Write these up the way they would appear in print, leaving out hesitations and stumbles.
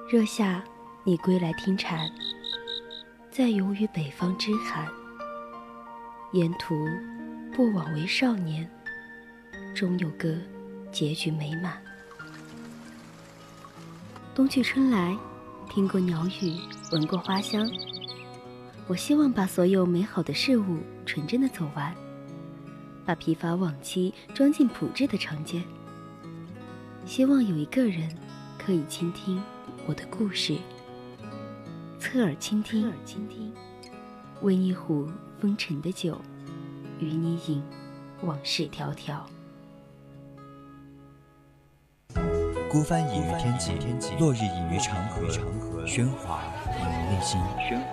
热夏，你归来听蝉，在游于北方之寒。沿途不枉为少年，终有个结局美满。冬去春来，听过鸟语，闻过花香。我希望把所有美好的事物纯真的走完，把疲乏往期装进朴质的长街。希望有一个人可以倾听我的故事，侧耳倾听，温一壶风尘的酒，与你饮往事迢迢。 孤帆隐于天际，落日隐于长河，喧哗隐于内心。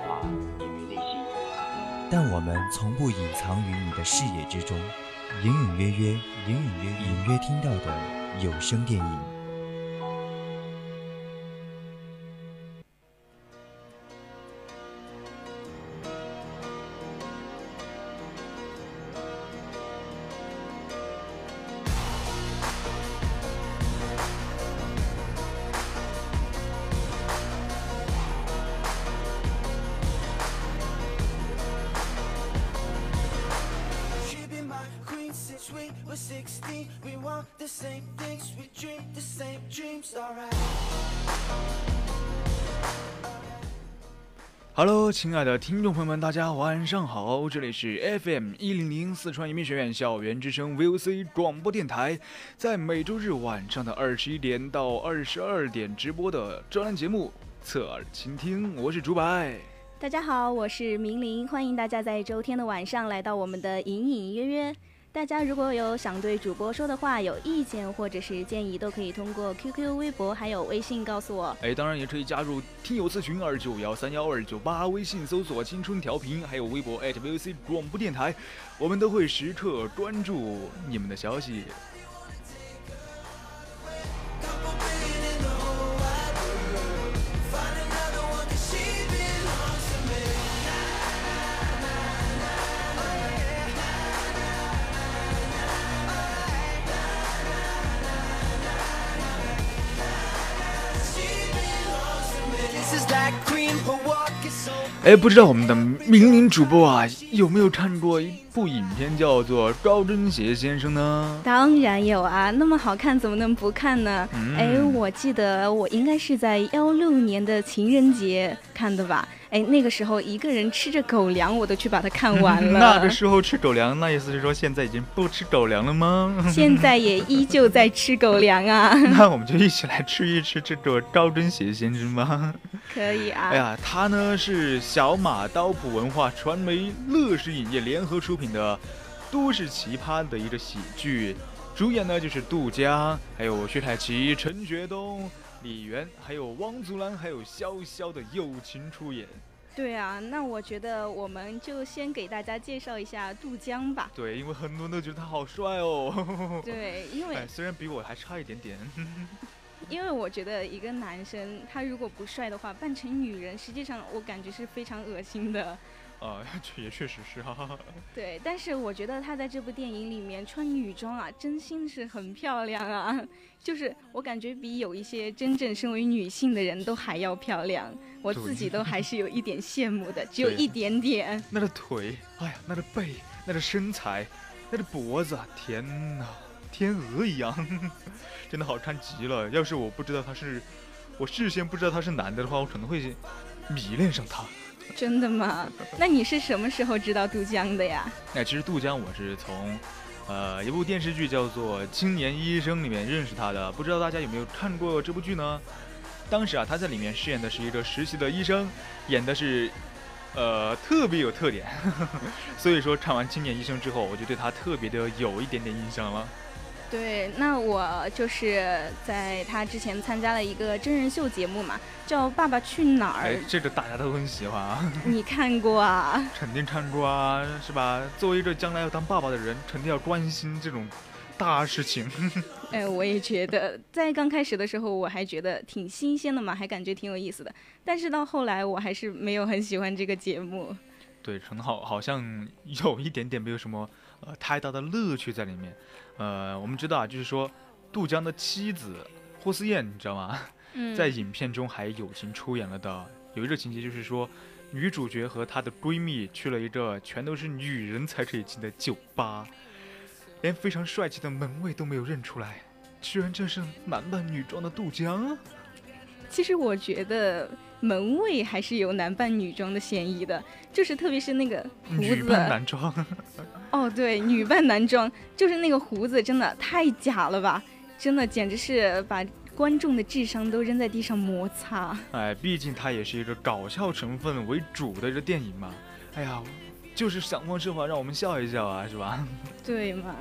但我们从不隐藏于你的视野之中，隐隐约听到的有声电影。 Hello， 亲爱的听众朋友们，大家晚上好，这里是 FM100四川移民学院校园之声 VOC 广播电台，在每周日晚上的21点到22点直播的专栏节目侧耳倾听，我是竹白。 大家好，我是明玲，欢迎大家在周天的晚上来到我们的隐隐约约。大家如果有想对主播说的话，有意见或者是建议，都可以通过 QQ、微博还有微信告诉我。 当然也可以加入听友咨询29131298，微信搜索青春调频，还有微博@VOC 广播电台，我们都会时刻关注你们的消息。不知道我们的明玲主播啊，有没有看过一部影片叫做《高跟鞋先生》呢？ 当然有啊，那么好看怎么能不看呢？我记得我应该是在16年的情人节看的吧。那个时候一个人吃着狗粮，我都去把它看完了。 那个时候吃狗粮，那意思是说现在已经不吃狗粮了吗？ 现在也依旧在吃狗粮啊。 那我们就一起来吃一吃这个高跟鞋先生吧。 可以啊。 他呢是小马刀普文化传媒乐视影业联合出品的都市奇葩的一个喜剧，主演呢就是杜江，还有薛凯琪、陈学冬、李媛，还有汪祖蓝，还有潇潇的友情出演。 对啊，那我觉得我们就先给大家介绍一下杜江吧。 对，因为很多人都觉得他好帅哦。 对，因为虽然比我还差一点点。 因为我觉得一个男生他如果不帅的话，扮成女人，实际上我感觉是非常恶心的。 也确实是哈。 对，但是我觉得他在这部电影里面穿女装啊，真心是很漂亮啊，就是我感觉比有一些真正身为女性的人都还要漂亮，我自己都还是有一点羡慕的，只有一点点。 那个腿，那个背，那个身材，那个脖子，天哪，天鹅一样，真的好看极了。要是我事先不知道他是男的话，我可能会迷恋上他。 真的吗？那你是什么时候知道杜江的呀？ 其实杜江我是从一部电视剧叫做《青年医生》里面认识他的，不知道大家有没有看过这部剧呢？当时他在里面饰演的是一个实习的医生，演的是特别有特点，所以说看完《青年医生》之后，我就对他特别的有一点点印象了。 对，那我就是在他之前参加了一个真人秀节目嘛，叫《爸爸去哪儿》。 这个大家都很喜欢啊。 你看过啊？ 肯定看过啊，是吧？作为一个将来要当爸爸的人，肯定要关心这种大事情。 我也觉得，在刚开始的时候，我还觉得挺新鲜的嘛，还感觉挺有意思的。但是到后来，我还是没有很喜欢这个节目。 对，好像有一点点没有什么太大的乐趣在里面。我们知道啊，就是说杜江的妻子霍思燕，你知道吗？ 在影片中还友情出演了的。有一个情节就是说，女主角和她的闺蜜去了一个全都是女人才可以进的酒吧，连非常帅气的门卫都没有认出来，居然这是男扮女装的杜江。 其实我觉得门卫还是有男扮女装的嫌疑的，就是特别是那个胡子。 女扮男装。 哦，对，女扮男装，就是那个胡子真的太假了吧，真的简直是把观众的智商都扔在地上摩擦。 毕竟它也是一个搞笑成分为主的一个电影嘛。就是想方设法让我们笑一笑啊，是吧？ 对嘛。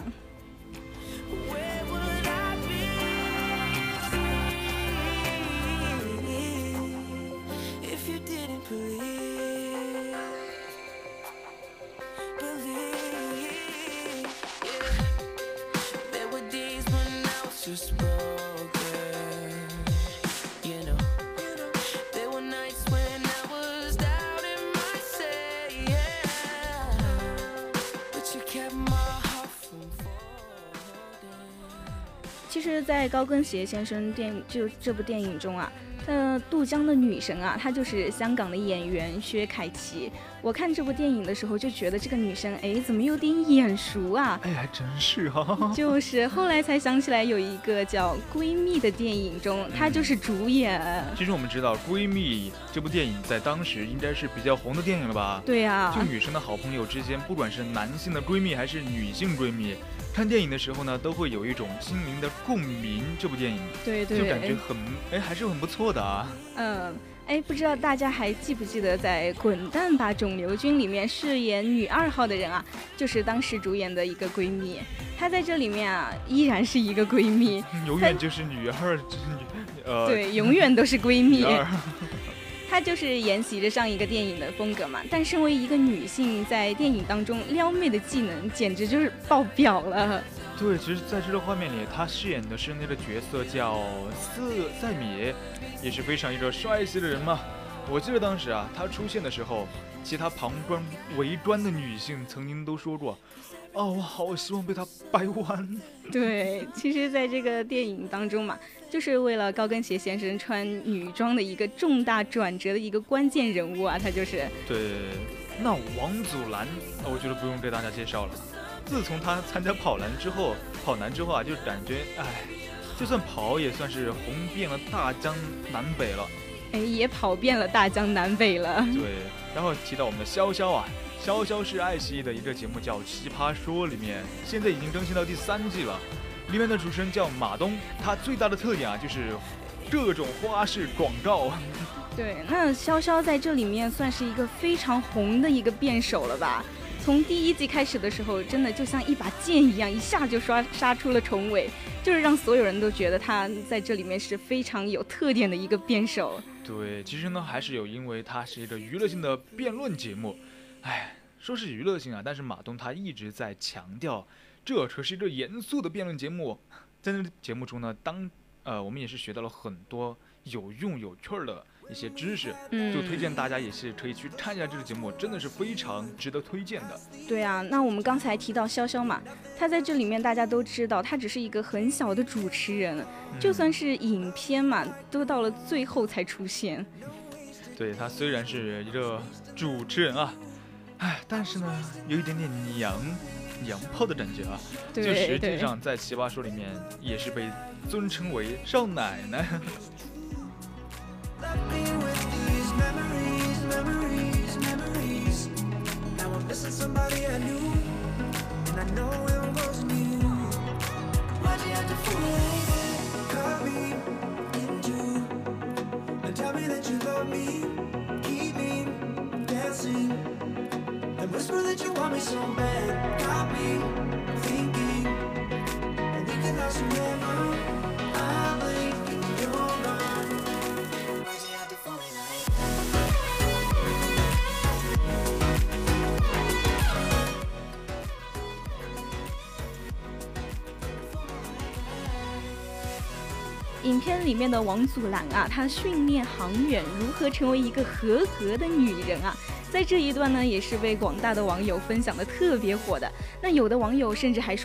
其实在高跟鞋先生这部电影中啊，杜江的女神啊，她就是香港的演员薛凯琪。我看这部电影的时候就觉得这个女生怎么有点眼熟啊？ 还真是啊。 就是后来才想起来有一个叫《闺蜜》的电影中，她就是主演。 其实我们知道《闺蜜》这部电影在当时应该是比较红的电影了吧？ 对啊， 就女生的好朋友之间，不管是男性的闺蜜还是女性闺蜜，看电影的时候呢，都会有一种心灵的共鸣。这部电影， 对， 就感觉还是很不错的啊。 不知道大家还记不记得在《滚蛋吧肿瘤君》里面饰演女2号的人啊，就是当时主演的一个闺蜜。她在这里面啊，依然是一个闺蜜， 永远就是女2， 对，永远都是闺蜜。她就是沿袭着上一个电影的风格嘛，但身为一个女性，在电影当中撩妹的技能简直就是爆表了。 对，其实在这个画面里，她饰演的是那个角色叫塞米，也是非常一个帅气的人嘛。我记得当时啊，她出现的时候，其他旁观围观的女性曾经都说过，我好希望被她掰弯。 对，其实在这个电影当中嘛，就是为了高跟鞋先生穿女装的一个重大转折的一个关键人物啊，他就是。 对，那王祖蓝，我觉得不用给大家介绍了。自从他参加跑男之后啊，就感觉就算跑也算是红遍了大江南北了。 也跑遍了大江南北了。 对，然后提到我们的潇潇啊，潇潇是爱奇艺的一个节目叫《奇葩说》里面，现在已经更新到第3季了。里面的主持人叫马东，他最大的特点啊就是各种花式广告。 对，那潇潇在这里面算是一个非常红的一个辩手了吧？从第1季开始的时候，真的就像一把剑一样，一下就杀出了重围，就是让所有人都觉得他在这里面是非常有特点的一个辩手。 对，其实呢还是有，因为它是一个娱乐性的辩论节目。说是娱乐性啊，但是马东他一直在强调，这可是一个严肃的辩论节目。在这个节目中呢，我们也是学到了很多有用有趣的一些知识，就推荐大家也是可以去看一下这个节目，真的是非常值得推荐的。 对啊，那我们刚才提到潇潇嘛，他在这里面大家都知道，他只是一个很小的主持人，就算是影片嘛，都到了最后才出现。 对，他虽然是一个主持人啊，但是呢，有一点点娘炮的感觉啊。就实际上在《奇葩说》里面也是被尊称为少奶奶。 Somebody I knew, and I know it wasn't you. Why'd you have to fool like that? Cut me in two, and tell me that you love me, keep me dancing, and whisper that you want me so bad. Got me thinking, and we can last forever. I blink and you're gone. Why'd you have to fool me like that? 影片里面的王祖蓝啊，她训练航员如何成为一个合格的女人啊，在这一段呢，也是被广大的网友分享的特别火的。那有的网友甚至还说啊，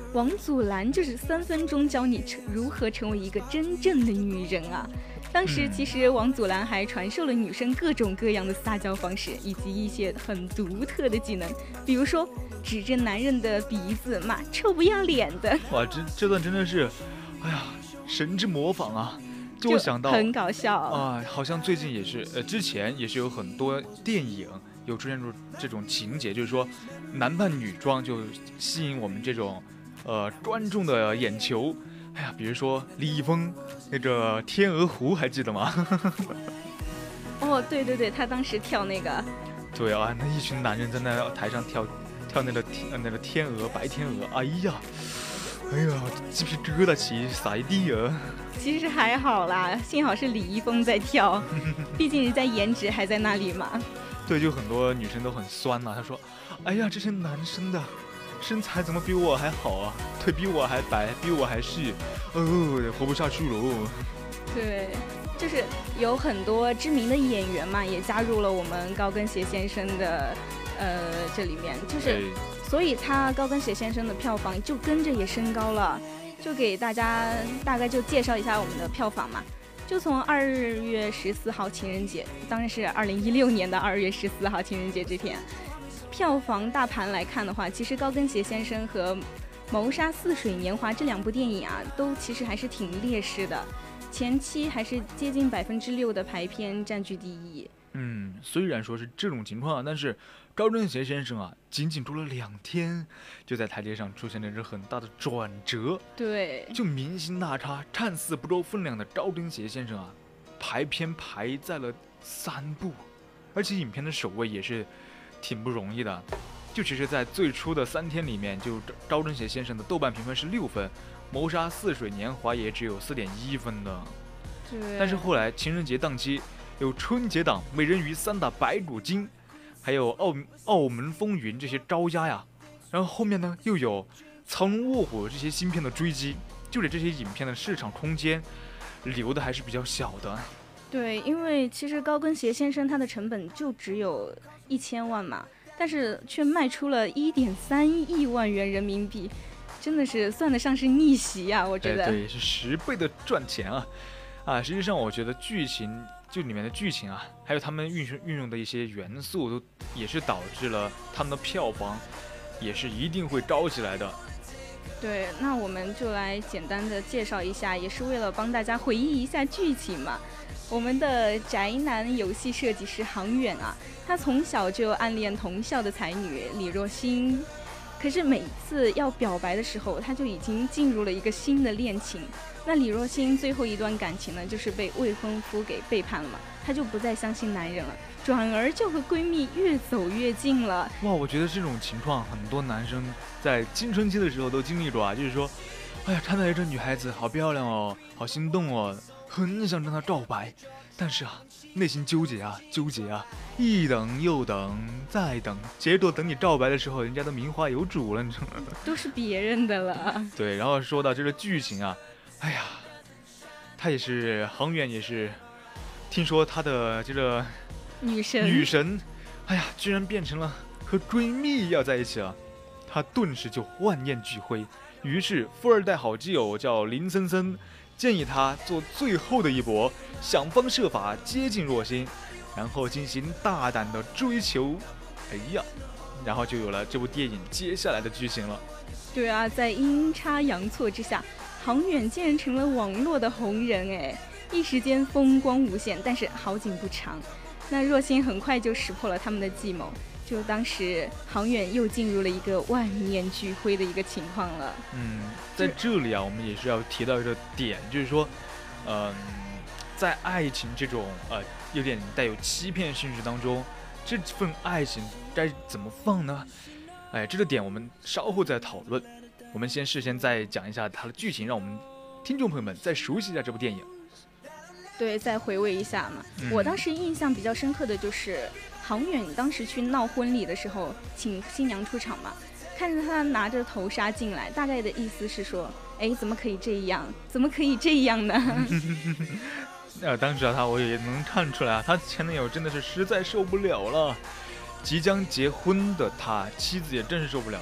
王祖蓝就是3分钟教你如何成为一个真正的女人啊。当时其实王祖蓝还传授了女生各种各样的撒娇方式，以及一些很独特的技能，比如说指着男人的鼻子骂臭不要脸的。 哇，这段真的是，哎呀，神之模仿啊！就我想到很搞笑啊，好像最近也是，之前也是有很多电影有出现出这种情节，就是说男扮女装就吸引我们这种观众的眼球。哎呀，比如说李易峰那个《天鹅湖》，还记得吗？ 哦，对对对，他当时跳那个。 对啊，那一群男人在那台上跳那个天鹅，白天鹅，哎呀，鸡皮疙瘩起撒一地啊！ 其实还好啦，幸好是李易峰在跳，毕竟人家颜值还在那里嘛。 对，就很多女生都很酸呐，她说：“哎呀，这些男生的身材怎么比我还好啊？腿比我还白，比我还细，活不下去了。” 对，就是有很多知名的演员嘛，也加入了我们高跟鞋先生的这里面，就是所以他高跟鞋先生的票房就跟着也升高了。就给大家大概就介绍一下我们的票房嘛，就从2月14号情人节，当然是2016年的2月14号情人节这天，票房大盘来看的话，其实高跟鞋先生和谋杀似水年华这2部电影啊，都其实还是挺劣势的，前期还是接近6%的排片占据第一。 虽然说是这种情况，但是高跟鞋先生啊，仅仅住了2天，就在台阶上出现了这很大的转折。 对， 就明星大咖看似不够分量的高跟鞋先生啊，排片排在了3部，而且影片的首位也是挺不容易的。就其实在最初的3天里面，就高跟鞋先生的豆瓣评分是6分，谋杀似水年华也只有4.1分的。 对， 但是后来情人节档期有春节档美人鱼3打白骨精，还有澳门风云这些招压呀，然后后面呢又有藏龙卧虎这些新片的追击，就得这些影片的市场空间留的还是比较小的。 对，因为其实高跟鞋先生它的成本就只有1000万嘛，但是却卖出了1.3亿万元人民币，真的是算得上是逆袭啊，我觉得。 对，是10倍的赚钱啊！实际上我觉得剧情就里面的剧情啊，还有他们运用的一些元素，都也是导致了他们的票房也是一定会高起来的。 对，那我们就来简单的介绍一下，也是为了帮大家回忆一下剧情嘛。我们的宅男游戏设计师航远啊，他从小就暗恋同校的才女李若欣，可是每次要表白的时候，他就已经进入了一个新的恋情。那李若欣最后一段感情呢，就是被未婚夫给背叛了嘛，她就不再相信男人了，转而就和闺蜜越走越近了。 哇，我觉得这种情况很多男生在青春期的时候都经历过啊，就是说，哎呀，看到这女孩子好漂亮哦，好心动哦，很想跟她告白，但是啊，内心纠结啊，一等又等，再等，结果等你告白的时候，人家都名花有主了，你知道吗？ 都是别人的了。 对，然后说到这个剧情啊，哎呀，他也是航远，也是听说他的这个女神，哎呀，居然变成了和闺蜜要在一起了，他顿时就万念俱灰。于是富二代好基友叫林森森建议他做最后的一搏，想方设法接近若欣，然后进行大胆的追求。哎呀，然后就有了这部电影接下来的剧情了。 对啊，在阴差阳错之下，航远竟然成了网络的红人哎，一时间风光无限。但是好景不长，那若欣很快就识破了他们的计谋，就当时航远又进入了一个万念俱灰的一个情况了。 在这里啊，我们也是要提到一个点，就是说，在爱情这种有点带有欺骗性质当中，这份爱情该怎么放呢？哎，这个点我们稍后再讨论。我们事先再讲一下它的剧情，让我们听众朋友们再熟悉一下这部电影。 对，再回味一下嘛。我当时印象比较深刻的就是航远当时去闹婚礼的时候，请新娘出场嘛，看着他拿着头纱进来，大概的意思是说，哎，怎么可以这样？怎么可以这样呢？ 当时我也能看出来他前男友真的是实在受不了了。即将结婚的他妻子也真是受不了了，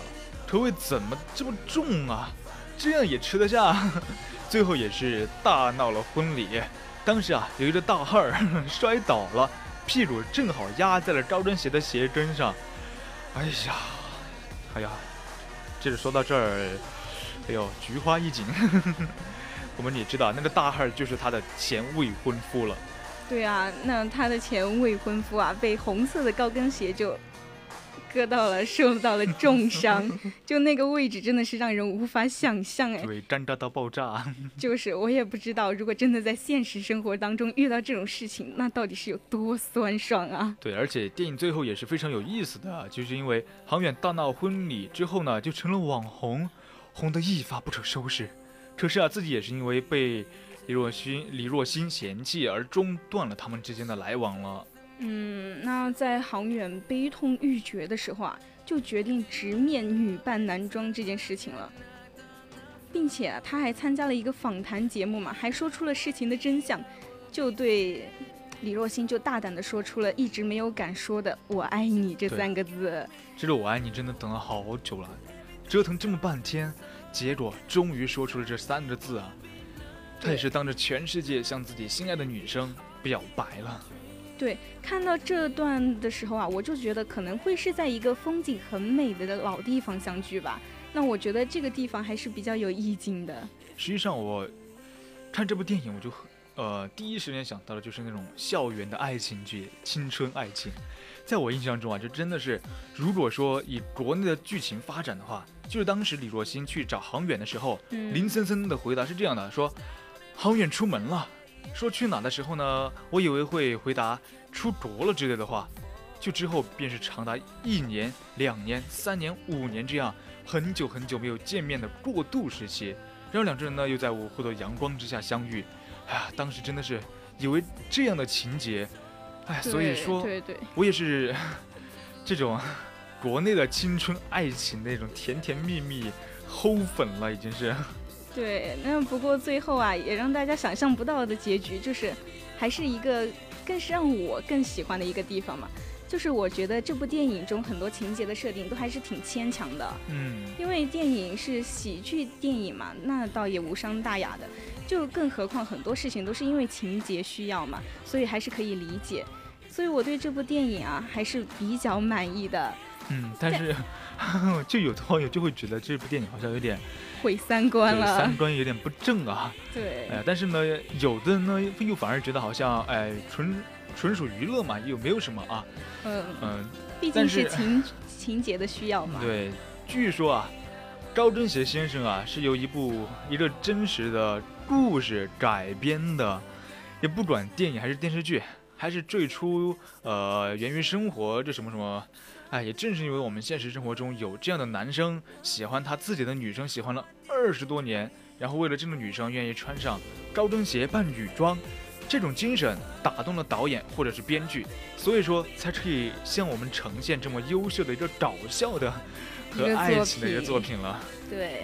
口味怎么这么重啊？这样也吃得下？最后也是大闹了婚礼。当时啊，有一个大汉儿摔倒了，屁股正好压在了高跟鞋的鞋跟上。哎呀，这是说到这儿，哎呦，菊花一紧。我们也知道，那个大汉就是他的前未婚夫了。 对啊，那他的前未婚夫啊，被红色的高跟鞋就割到了，受到了重伤，就那个位置真的是让人无法想象哎。 对，尴尬到爆炸。 就是我也不知道，如果真的在现实生活当中遇到这种事情，那到底是有多酸爽啊！ 对，而且电影最后也是非常有意思的，就是因为航远大闹婚礼之后呢，就成了网红，红得一发不可收拾。可是啊，自己也是因为被李若欣嫌弃而中断了他们之间的来往了。 那在航远悲痛欲绝的时候啊，就决定直面女扮男装这件事情了，并且啊，他还参加了一个访谈节目嘛，还说出了事情的真相，就对李若欣就大胆地说出了一直没有敢说的“我爱你”这3个字。 这个“我爱你”真的等了好久了，折腾这么半天，结果终于说出了这3个字啊！他也是当着全世界向自己心爱的女生表白了。 对，看到这段的时候啊，我就觉得可能会是在一个风景很美的老地方相聚吧。那我觉得这个地方还是比较有意境的。 实际上我看这部电影，我就第一时间想到的就是那种校园的爱情剧、青春爱情。在我印象中啊，这真的是，如果说以国内的剧情发展的话，就是当时李若欣去找航远的时候，林森森的回答是这样的，说航远出门了。说去哪的时候呢，我以为会回答出国了之类的话，就之后便是长达1年、2年、3年、5年这样很久很久没有见面的过渡时期，然后两个人呢又在午后的阳光之下相遇。哎呀，当时真的是以为这样的情节，哎，所以说对， 我也是这种国内的青春爱情那种甜甜蜜蜜齁粉了，已经是。 对，那不过最后啊，也让大家想象不到的结局，就是还是一个更是让我更喜欢的一个地方嘛。就是我觉得这部电影中很多情节的设定都还是挺牵强的，因为电影是喜剧电影嘛，那倒也无伤大雅的。就更何况很多事情都是因为情节需要嘛，所以还是可以理解。所以我对这部电影啊还是比较满意的。 但是就有的网友就会觉得这部电影好像有点毁三观了， 三观有点不正啊。 对， 但是呢，有的人呢又反而觉得好像纯属娱乐嘛，又没有什么啊。 毕竟是情节的需要嘛。 对，据说啊，高跟鞋先生啊是由一个真实的故事改编的，也不管电影还是电视剧，还是最初源于生活这什么什么。也正是因为我们现实生活中有这样的男生喜欢他自己的女生，喜欢了20多年，然后为了这个女生愿意穿上高跟鞋扮女装，这种精神打动了导演或者是编剧，所以说才可以向我们呈现这么优秀的一个搞笑的和爱情的一个作品了。 对。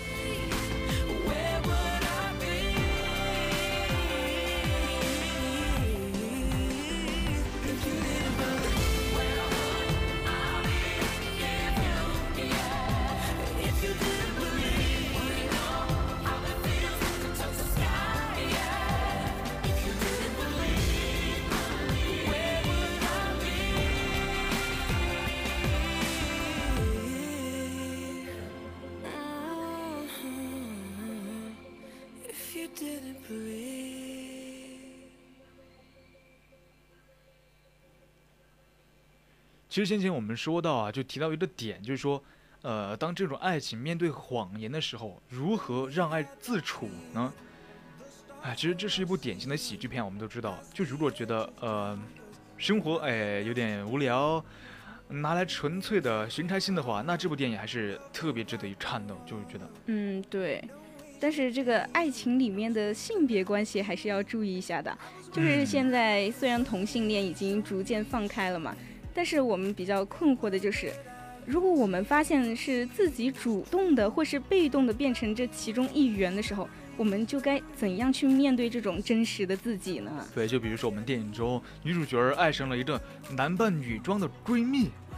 其实先前我们说到啊，就提到一个点，就是说，当这种爱情面对谎言的时候，如何让爱自处呢？其实这是一部典型的喜剧片，我们都知道。就如果觉得生活有点无聊，拿来纯粹的寻开心的话，那这部电影还是特别值得一看的，就是觉得。 对。但是这个爱情里面的性别关系还是要注意一下的。就是现在虽然同性恋已经逐渐放开了嘛。但是我们比较困惑的就是，如果我们发现是自己主动的或是被动的变成这其中一员的时候，我们就该怎样去面对这种真实的自己呢？ 对，就比如说我们电影中女主角爱上了一个男扮女装的闺蜜，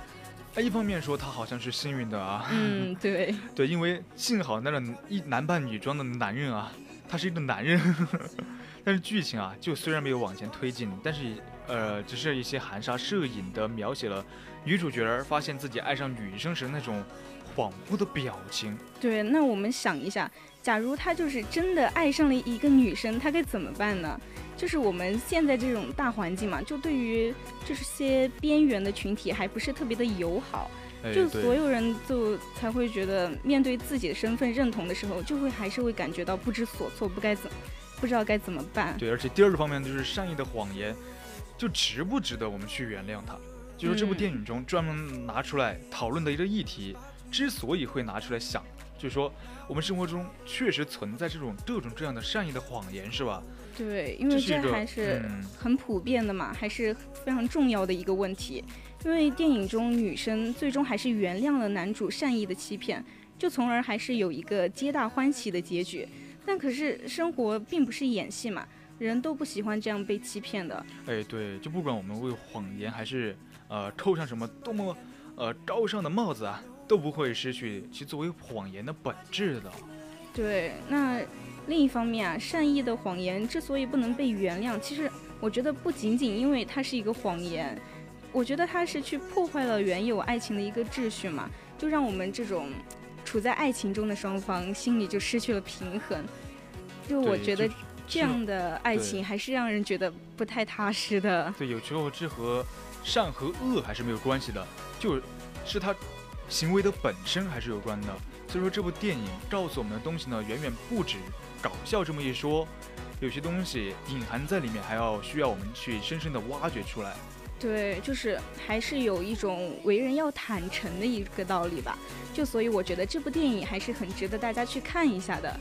一方面说他好像是幸运的啊， 对对，因为幸好那个男扮女装的男人啊，他是一个男人，但是剧情啊，就虽然没有往前推进，但是只是一些含沙射影的描写了女主角发现自己爱上女生时那种恍惚的表情。 对，那我们想一下，假如他就是真的爱上了一个女生，他该怎么办呢？就是我们现在这种大环境嘛，就对于这些边缘的群体还不是特别的友好，就所有人就才会觉得面对自己的身份认同的时候，就会还是会感觉到不知所措，不知道该怎么办。 对，而且第二个方面就是善意的谎言，就值不值得我们去原谅它？就是这部电影中专门拿出来讨论的一个议题，之所以会拿出来想，就是说我们生活中确实存在这种各种各样的善意的谎言，是吧？ 对，因为这还是很普遍的嘛，还是非常重要的一个问题。因为电影中女生最终还是原谅了男主善意的欺骗，就从而还是有一个皆大欢喜的结局。但可是生活并不是演戏嘛，人都不喜欢这样被欺骗的。 对，就不管我们为谎言还是扣上什么多么高尚的帽子啊，都不会失去其作为谎言的本质的。 对，那另一方面啊，善意的谎言之所以不能被原谅，其实我觉得不仅仅因为它是一个谎言，我觉得它是去破坏了原有爱情的一个秩序嘛，就让我们这种处在爱情中的双方心里就失去了平衡。就我觉得这样的爱情还是让人觉得不太踏实的。 对，有时候这和善和恶还是没有关系的，就是他行为的本身还是有关的。所以说这部电影告诉我们的东西呢，远远不止搞笑这么一说，有些东西隐含在里面，还需要我们去深深的挖掘出来。 对，就是还是有一种为人要坦诚的一个道理吧。就所以我觉得这部电影还是很值得大家去看一下的。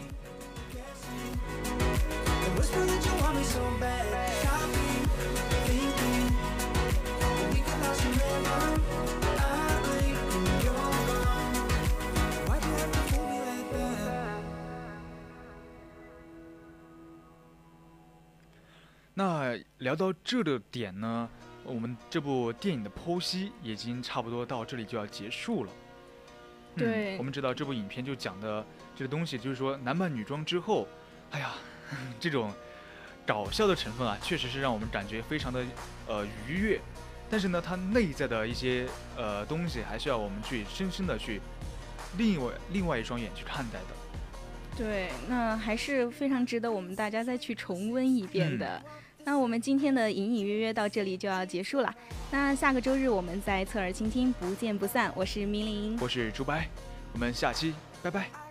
那聊到这个点呢，我们这部电影的剖析已经差不多到这里就要结束了。 对， 我们知道这部影片就讲的这个东西，就是说男扮女装之后，这种搞笑的成分啊，确实是让我们感觉非常的愉悦。但是呢，它内在的一些东西，还需要我们去深深的去另外一双眼去看待的。 对，那还是非常值得我们大家再去重温一遍的。那我们今天的隐隐约约到这里就要结束了。那下个周日我们在侧耳倾听，不见不散。我是明玲， 我是朱白，我们下期拜拜。